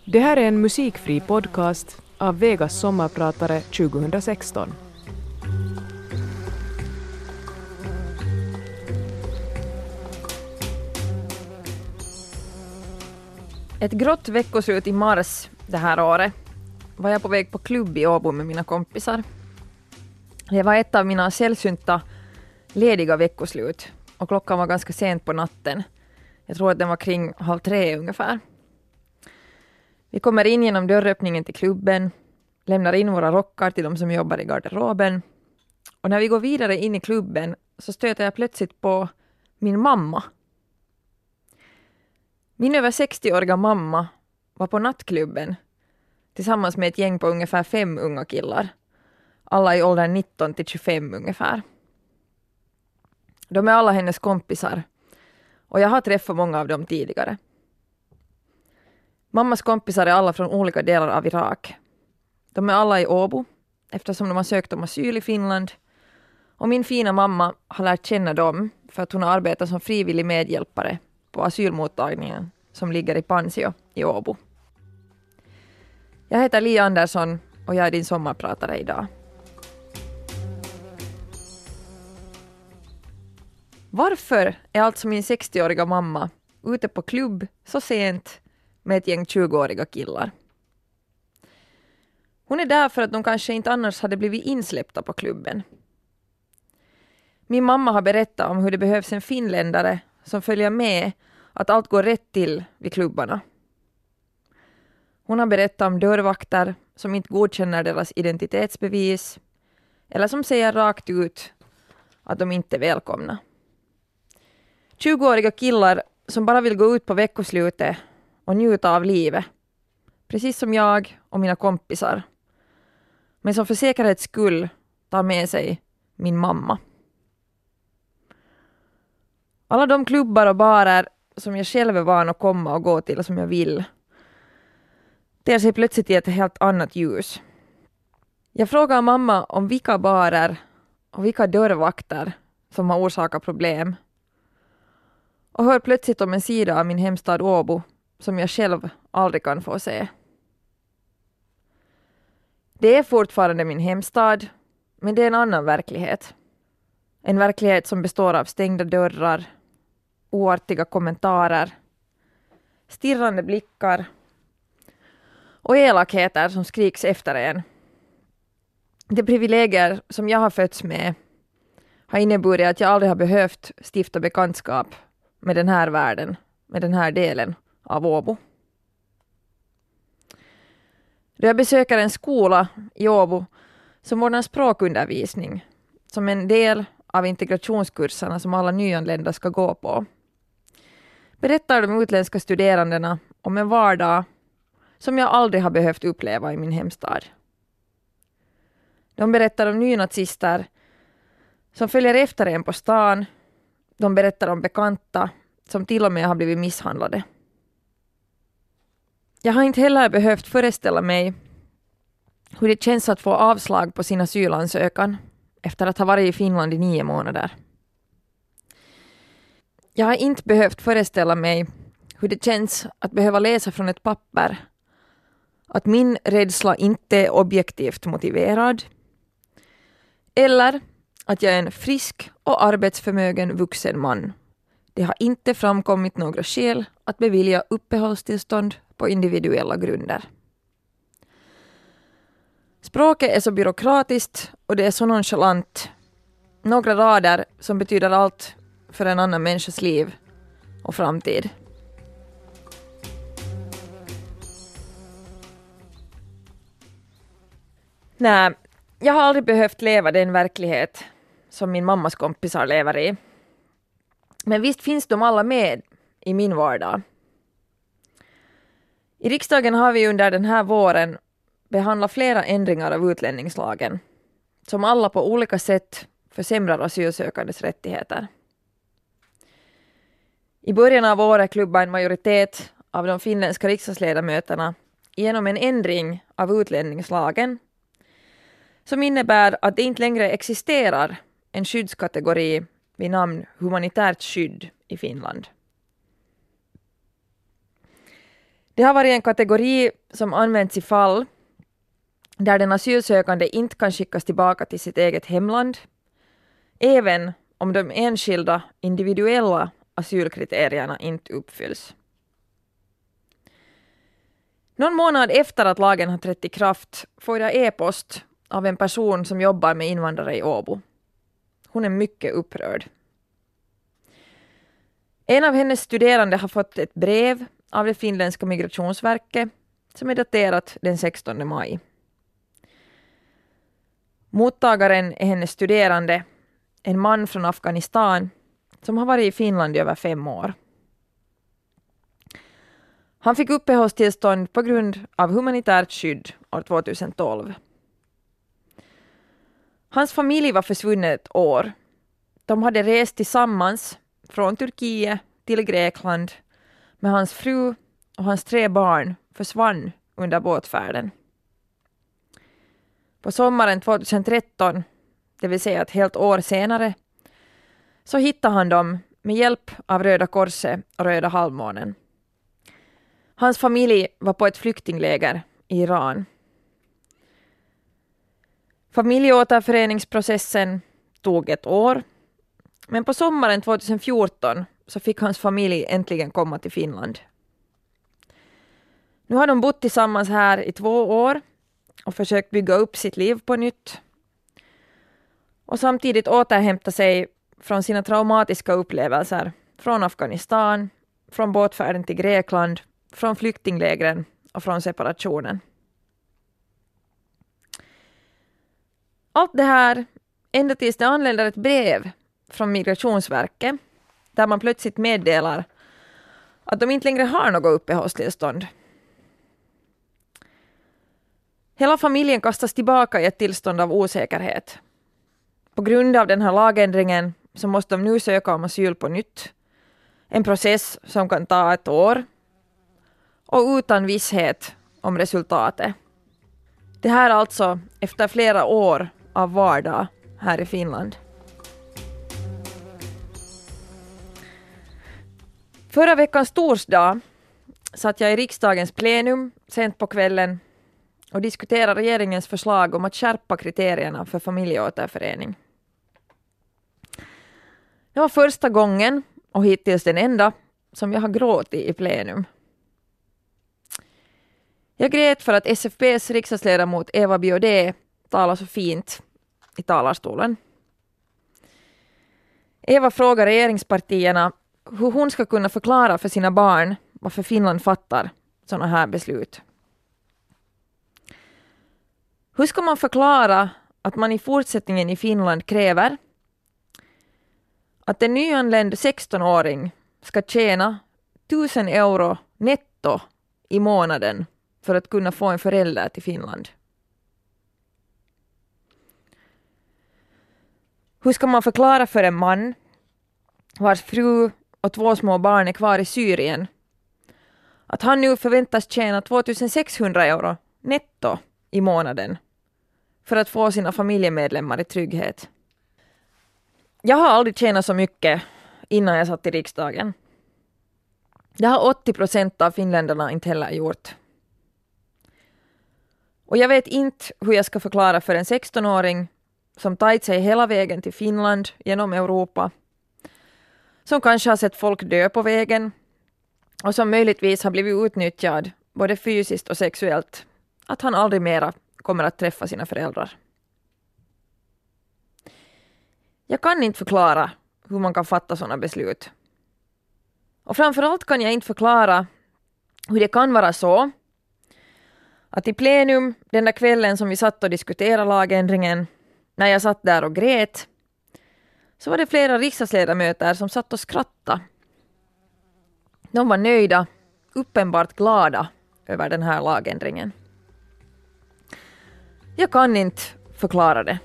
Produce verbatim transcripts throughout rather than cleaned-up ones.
Det här är en musikfri podcast av Vegas sommarpratare tjugohundrasexton. Ett grått veckoslut i mars det här året var jag på väg på klubb i Åbo med mina kompisar. Det var ett av mina sällsynta lediga veckoslut och klockan var ganska sent på natten. Jag tror att den var kring halv tre ungefär. Vi kommer in genom dörröppningen till klubben, lämnar in våra rockar till de som jobbar i garderoben. Och när vi går vidare in i klubben så stöter jag plötsligt på min mamma. Min över sextio-åriga mamma var på nattklubben tillsammans med ett gäng på ungefär fem unga killar. Alla i åldern nitton till tjugofem ungefär. De är alla hennes kompisar och jag har träffat många av dem tidigare. Mammas kompisar är alla från olika delar av Irak. De är alla i Åbo eftersom de har sökt om asyl i Finland. Och min fina mamma har lärt känna dem för att hon har arbetat som frivillig medhjälpare på asylmottagningen som ligger i Pansio i Åbo. Jag heter Li Andersson och jag är din sommarpratare idag. Varför är alltså min sextio-åriga mamma ute på klubb så sent med ett gäng tjugoåriga killar? Hon är där för att de kanske inte annars hade blivit insläppta på klubben. Min mamma har berättat om hur det behövs en finländare som följer med att allt går rätt till vid klubbarna. Hon har berättat om dörrvakter som inte godkänner deras identitetsbevis eller som säger rakt ut att de inte är välkomna. tjugoåriga killar som bara vill gå ut på veckoslutet och njuta av livet. Precis som jag och mina kompisar. Men som för säkerhets skull tar med sig min mamma. Alla de klubbar och barer som jag själv är van att komma och gå till som jag vill ter sig plötsligt i ett helt annat ljus. Jag frågar mamma om vilka barer och vilka dörrvakter som har orsakat problem. Och hör plötsligt om en sida av min hemstad Åbo som jag själv aldrig kan få se. Det är fortfarande min hemstad, men det är en annan verklighet. En verklighet som består av stängda dörrar, oartiga kommentarer, stirrande blickar och elakheter som skriks efter en. De privilegier som jag har fötts med har inneburit att jag aldrig har behövt stifta bekantskap med den här världen, med den här delen av Åbo. Då jag besöker en skola i Åbo som ordnar språkundervisning som en del av integrationskurserna som alla nyanlända ska gå på, berättar de utländska studerandena om en vardag som jag aldrig har behövt uppleva i min hemstad. De berättar om nynazister som följer efter en på stan. De berättar om bekanta som till och med har blivit misshandlade. Jag har inte heller behövt föreställa mig hur det känns att få avslag på sin asylansökan efter att ha varit i Finland i nio månader. Jag har inte behövt föreställa mig hur det känns att behöva läsa från ett papper att min rädsla inte är objektivt motiverad eller att jag är en frisk och arbetsförmögen vuxen man. Det har inte framkommit några skäl att bevilja uppehållstillstånd på individuella grunder. Språket är så byråkratiskt och det är så nonchalant. Några rader som betyder allt för en annan människas liv och framtid. Nej, jag har aldrig behövt leva den verklighet som min mammas kompisar lever i. Men visst finns de alla med i min vardag. I riksdagen har vi under den här våren behandlat flera ändringar av utlänningslagen som alla på olika sätt försämrar asylsökandes rättigheter. I början av året klubbade en majoritet av de finländska riksdagsledamöterna genom en ändring av utlänningslagen som innebär att det inte längre existerar en skyddskategori vid namn humanitärt skydd i Finland. Det har varit en kategori som används i fall där den asylsökande inte kan skickas tillbaka till sitt eget hemland, även om de enskilda individuella asylkriterierna inte uppfylls. Någon månad efter att lagen har trätt i kraft får jag e-post av en person som jobbar med invandrare i Åbo. Hon är mycket upprörd. En av hennes studerande har fått ett brev av det finländska migrationsverket som är daterat den sextonde maj. Mottagaren är hennes studerande, en man från Afghanistan som har varit i Finland i över fem år. Han fick uppehållstillstånd på grund av humanitärt skydd år tjugohundratolv. Hans familj var försvunnen ett år. De hade rest tillsammans från Turkiet till Grekland, men hans fru och hans tre barn försvann under båtfärden. På sommaren tjugotretton, det vill säga ett helt år senare, så hittade han dem med hjälp av Röda Korset och Röda halvmånen. Hans familj var på ett flyktingläger i Iran. Familjeåterföreningsprocessen tog ett år, men på sommaren tjugofjorton så fick hans familj äntligen komma till Finland. Nu har de bott tillsammans här i två år och försökt bygga upp sitt liv på nytt. Och samtidigt återhämta sig från sina traumatiska upplevelser från Afghanistan, från båtfärden till Grekland, från flyktinglägren och från separationen. Allt det här ända tills det anländer ett brev från Migrationsverket där man plötsligt meddelar att de inte längre har något uppehållstillstånd. Hela familjen kastas tillbaka i ett tillstånd av osäkerhet. På grund av den här lagändringen så måste de nu söka om asyl på nytt. En process som kan ta ett år. Och utan visshet om resultatet. Det här alltså efter flera år av vardag här i Finland. Förra veckans torsdag satt jag i riksdagens plenum sent på kvällen och diskuterade regeringens förslag om att skärpa kriterierna för familjeåterförening. Det var första gången och hittills den enda som jag har gråtit i plenum. Jag grät för att S F P:s riksdagsledamot Eva Biaudet talar så fint i talarstolen. Eva frågar regeringspartierna hur hon ska kunna förklara för sina barn varför Finland fattar sådana här beslut. Hur ska man förklara att man i fortsättningen i Finland kräver att en nyanländ sexton-åring ska tjäna tusen euro netto i månaden för att kunna få en förälder till Finland? Hur ska man förklara för en man vars fru och två små barn är kvar i Syrien att han nu förväntas tjäna tvåtusensexhundra euro netto i månaden för att få sina familjemedlemmar i trygghet? Jag har aldrig tjänat så mycket innan jag satt i riksdagen. Det har åttio procent av finländarna inte heller gjort. Och jag vet inte hur jag ska förklara för en sexton-åring som tagit sig hela vägen till Finland genom Europa, som kanske har sett folk dö på vägen och som möjligtvis har blivit utnyttjad både fysiskt och sexuellt, att han aldrig mera kommer att träffa sina föräldrar. Jag kan inte förklara hur man kan fatta sådana beslut. Och framförallt kan jag inte förklara hur det kan vara så att i plenum den där kvällen som vi satt och diskuterade lagändringen, när jag satt där och grät, så var det flera riksdagsledamöter som satt och skrattade. De var nöjda, uppenbart glada över den här lagändringen. Jag kan inte förklara det.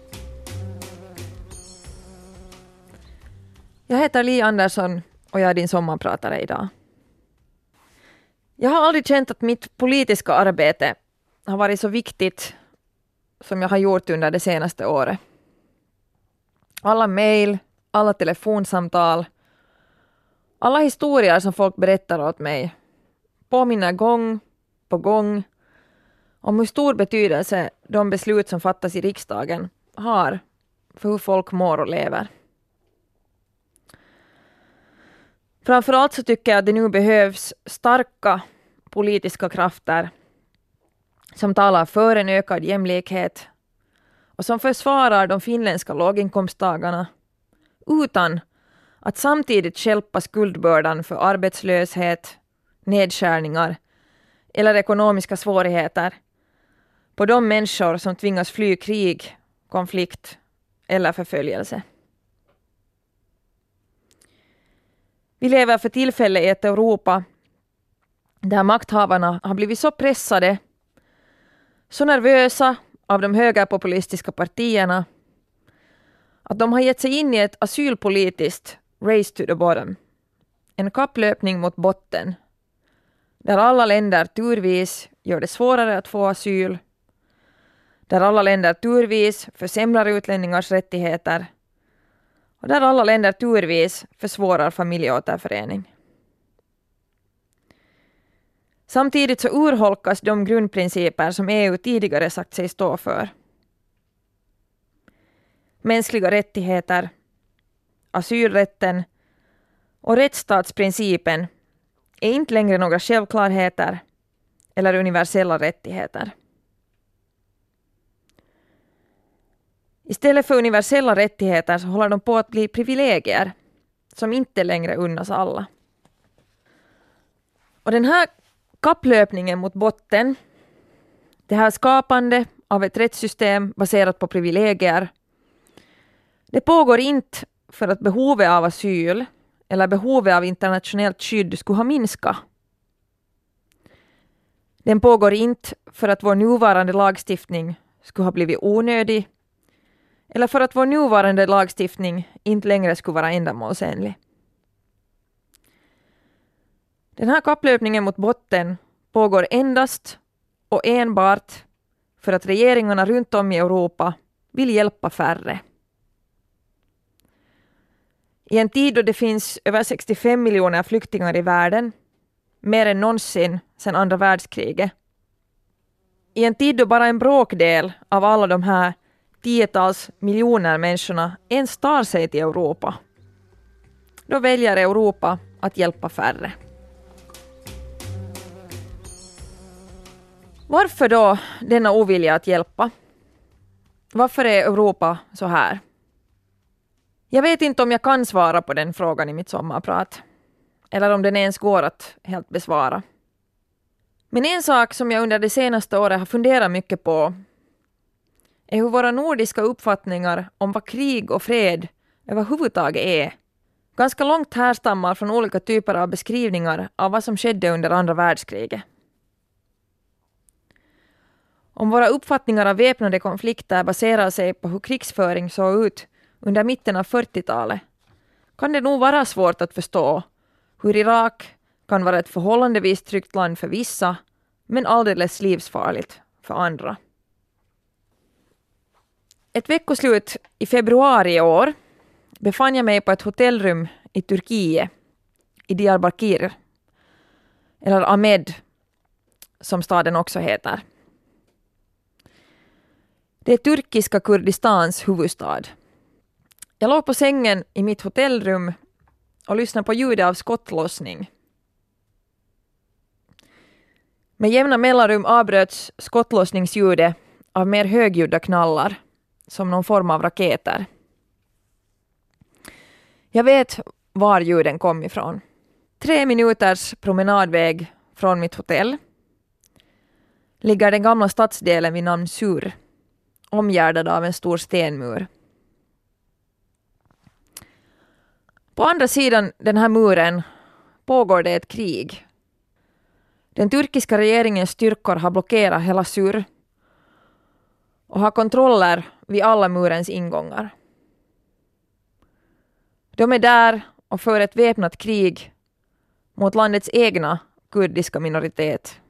Jag heter Li Andersson och jag är din sommarpratare idag. Jag har aldrig känt att mitt politiska arbete har varit så viktigt som jag har gjort under det senaste året. Alla mejl, alla telefonsamtal, alla historier som folk berättar åt mig påminner gång på gång om hur stor betydelse de beslut som fattas i riksdagen har för hur folk mår och lever. Framförallt så tycker jag att det nu behövs starka politiska krafter som talar för en ökad jämlikhet och som försvarar de finländska låginkomsttagarna utan att samtidigt stjälpa skuldbördan för arbetslöshet, nedskärningar eller ekonomiska svårigheter på de människor som tvingas fly krig, konflikt eller förföljelse. Vi lever för tillfället i ett Europa där makthavarna har blivit så pressade, så nervösa av de högerpopulistiska partierna att de har gett sig in i ett asylpolitiskt race to the bottom. En kapplöpning mot botten där alla länder turvis gör det svårare att få asyl, där alla länder turvis försämrar utlänningars rättigheter och där alla länder turvis försvårar familjeåterförening. Samtidigt så urholkas de grundprinciper som E U tidigare sagt sig stå för. Mänskliga rättigheter, asylrätten och rättsstatsprincipen är inte längre några självklarheter eller universella rättigheter. Istället för universella rättigheter så håller de på att bli privilegier som inte längre unnas alla. Och den här kapplöpningen mot botten, det här skapande av ett rättssystem baserat på privilegier, det pågår inte för att behovet av asyl eller behovet av internationellt skydd skulle ha minskat. Den pågår inte för att vår nuvarande lagstiftning skulle ha blivit onödig eller för att vår nuvarande lagstiftning inte längre skulle vara ändamålsenlig. Den här kapplöpningen mot botten pågår endast och enbart för att regeringarna runt om i Europa vill hjälpa färre. I en tid då det finns över sextiofem miljoner flyktingar i världen, mer än någonsin sedan andra världskriget. I en tid då bara en bråkdel av alla de här tiotals miljoner människorna ens tar sig till Europa. Då väljer Europa att hjälpa färre. Varför då denna ovilja att hjälpa? Varför är Europa så här? Jag vet inte om jag kan svara på den frågan i mitt sommarprat. Eller om den ens går att helt besvara. Men en sak som jag under det senaste året har funderat mycket på är hur våra nordiska uppfattningar om vad krig och fred överhuvudtaget är ganska långt härstammar från olika typer av beskrivningar av vad som skedde under andra världskriget. Om våra uppfattningar av väpnade konflikter baserar sig på hur krigsföring såg ut under mitten av fyrtiotalet kan det nog vara svårt att förstå hur Irak kan vara ett förhållandevis tryggt land för vissa men alldeles livsfarligt för andra. Ett veckoslut i februari i år befann jag mig på ett hotellrum i Turkiet, i Diyarbakir, eller Ahmed som staden också heter. Det är turkiska Kurdistans huvudstad. Jag låg på sängen i mitt hotellrum och lyssnade på ljudet av skottlossning. Med jämna mellanrum avbröts skottlossningsljudet av mer högljudda knallar, som någon form av raketer. Jag vet var ljuden kom ifrån. Tre minuters promenadväg från mitt hotell ligger den gamla stadsdelen vid namn Sur, omgärdad av en stor stenmur. På andra sidan den här muren pågår det ett krig. Den turkiska regeringens styrkor har blockerat hela Sur och har kontroller vid alla murens ingångar. De är där och för ett väpnat krig mot landets egna kurdiska minoritet.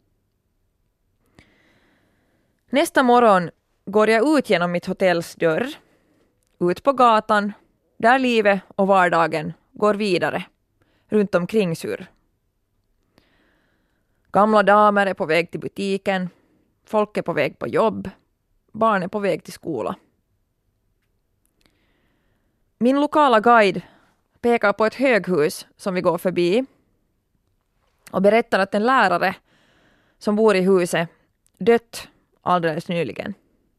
Nästa morgon går jag ut genom mitt hotells dörr, ut på gatan, där livet och vardagen går vidare, runt omkring Sur. Gamla damer är på väg till butiken, folk är på väg på jobb, barn är på väg till skola. Min lokala guide pekar på ett höghus som vi går förbi och berättar att en lärare som bor i huset dött alldeles nyligen.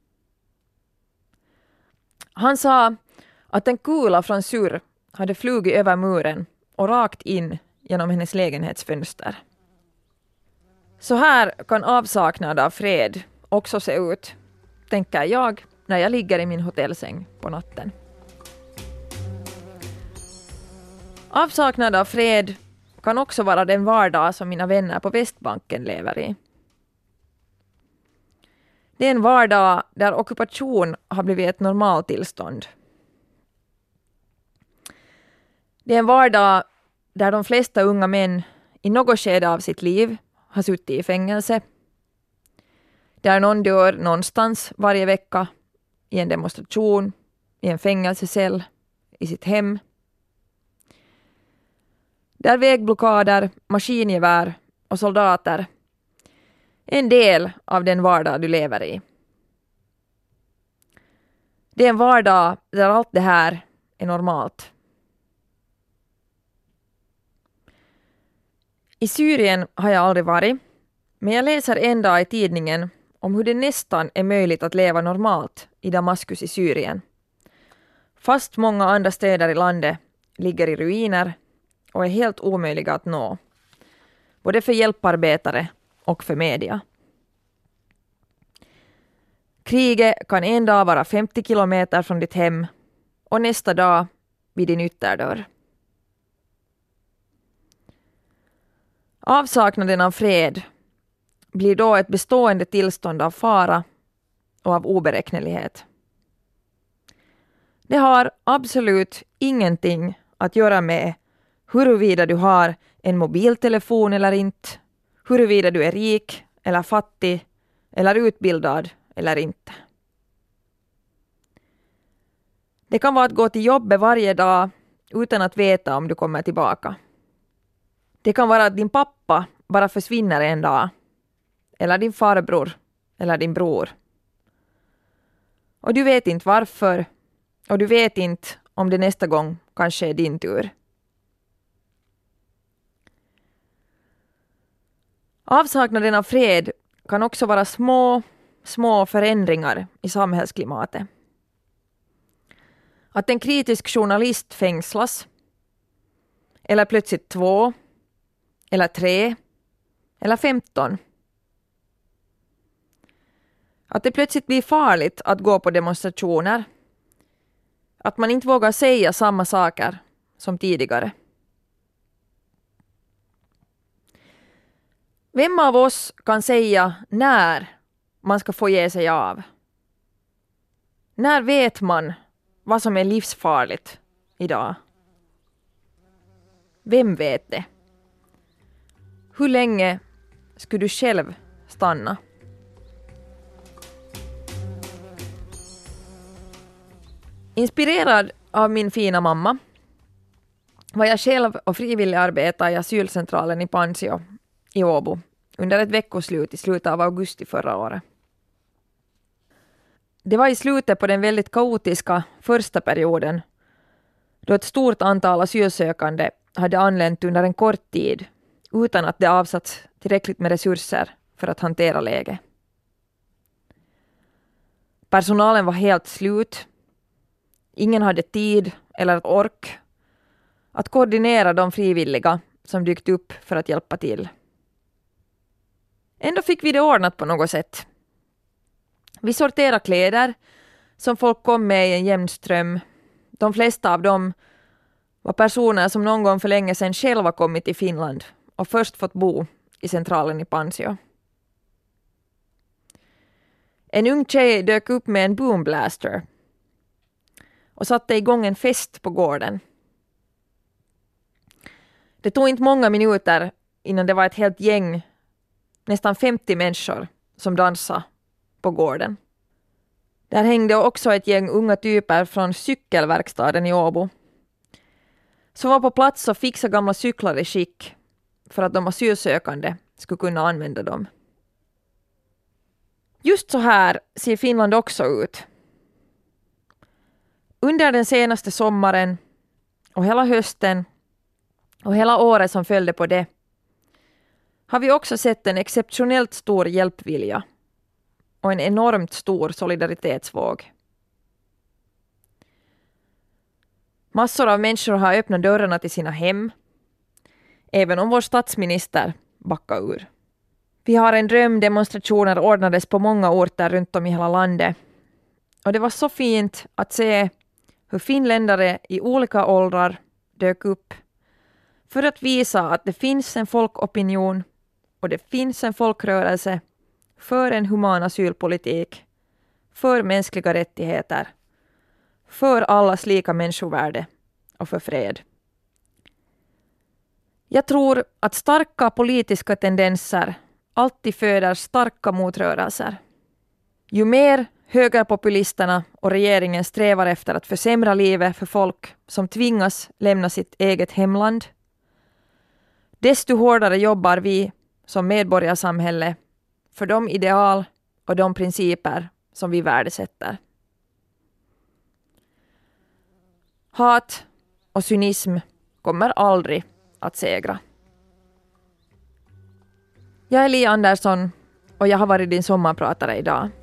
Han sa att en kula från surr hade flugit över muren och rakt in genom hennes lägenhetsfönster. Så här kan avsaknad av fred också se ut, tänker jag när jag ligger i min hotellsäng på natten. Avsaknad av fred kan också vara den vardag som mina vänner på Västbanken lever i. Det är en vardag där ockupation har blivit ett normaltillstånd. Det är en vardag där de flesta unga män i något skede av sitt liv har suttit i fängelse. Där någon dör någonstans varje vecka, i en demonstration, i en fängelsecell, i sitt hem. Där vägblockader, maskingevär och soldater är en del av den vardag du lever i. Det är en vardag där allt det här är normalt. I Syrien har jag aldrig varit, men jag läser en dag i tidningen om hur det nästan är möjligt att leva normalt i Damaskus i Syrien. Fast många andra städer i landet ligger i ruiner och är helt omöjliga att nå, både för hjälparbetare och för media. Kriget kan en dag vara femtio kilometer från ditt hem och nästa dag vid din ytterdörr. Avsaknaden av fred blir då ett bestående tillstånd av fara och av oberäknelighet. Det har absolut ingenting att göra med huruvida du har en mobiltelefon eller inte, huruvida du är rik eller fattig eller utbildad eller inte. Det kan vara att gå till jobbet varje dag utan att veta om du kommer tillbaka. Det kan vara att din pappa bara försvinner en dag, eller din farbror eller din bror. Och du vet inte varför, och du vet inte om det nästa gång kanske är din tur. Avsaknaden av fred kan också vara små, små förändringar i samhällsklimatet. Att en kritisk journalist fängslas, eller plötsligt två, eller tre, eller femton. Att det plötsligt blir farligt att gå på demonstrationer. Att man inte vågar säga samma saker som tidigare. Vem av oss kan säga när man ska få ge sig av? När vet man vad som är livsfarligt idag? Vem vet det? Hur länge skulle du själv stanna? Inspirerad av min fina mamma var jag själv och frivillig arbetare i asylcentralen i Pansio i Åbo under ett veckoslut i slutet av augusti förra året. Det var i slutet på den väldigt kaotiska första perioden då ett stort antal asylsökande hade anlänt under en kort tid utan att det avsatts tillräckligt med resurser för att hantera läget. Personalen var helt slut. Ingen hade tid eller ork att koordinera de frivilliga som dykt upp för att hjälpa till. Ändå fick vi det ordnat på något sätt. Vi sorterade kläder som folk kom med i en jämn ström. De flesta av dem var personer som någon gång för länge sedan själva kommit till Finland och först fått bo i centralen i Pansio. En ung tjej dök upp med en boomblaster och satte igång en fest på gården. Det tog inte många minuter innan det var ett helt gäng, nästan femtio människor, som dansade på gården. Där hängde också ett gäng unga typer från cykelverkstaden i Åbo som var på plats och fixade gamla cyklar i skick för att de asylsökande skulle kunna använda dem. Just så här ser Finland också ut. Under den senaste sommaren och hela hösten och hela året som följde på det har vi också sett en exceptionellt stor hjälpvilja och en enormt stor solidaritetsvåg. Massor av människor har öppnat dörrarna till sina hem, även om vår statsminister backade ur. Vi har en dröm, demonstrationer ordnades på många orter runt om i hela landet. Och det var så fint att se hur finländare i olika åldrar dök upp för att visa att det finns en folkopinion och det finns en folkrörelse för en human asylpolitik, för mänskliga rättigheter, för allas lika människovärde och för fred. Jag tror att starka politiska tendenser alltid föder starka motrörelser. Ju mer högerpopulisterna och regeringen strävar efter att försämra livet för folk som tvingas lämna sitt eget hemland, desto hårdare jobbar vi som medborgarsamhälle för de ideal och de principer som vi värdesätter. Hat och cynism kommer aldrig att segra. Jag är Li Andersson och jag har varit din sommarpratare idag.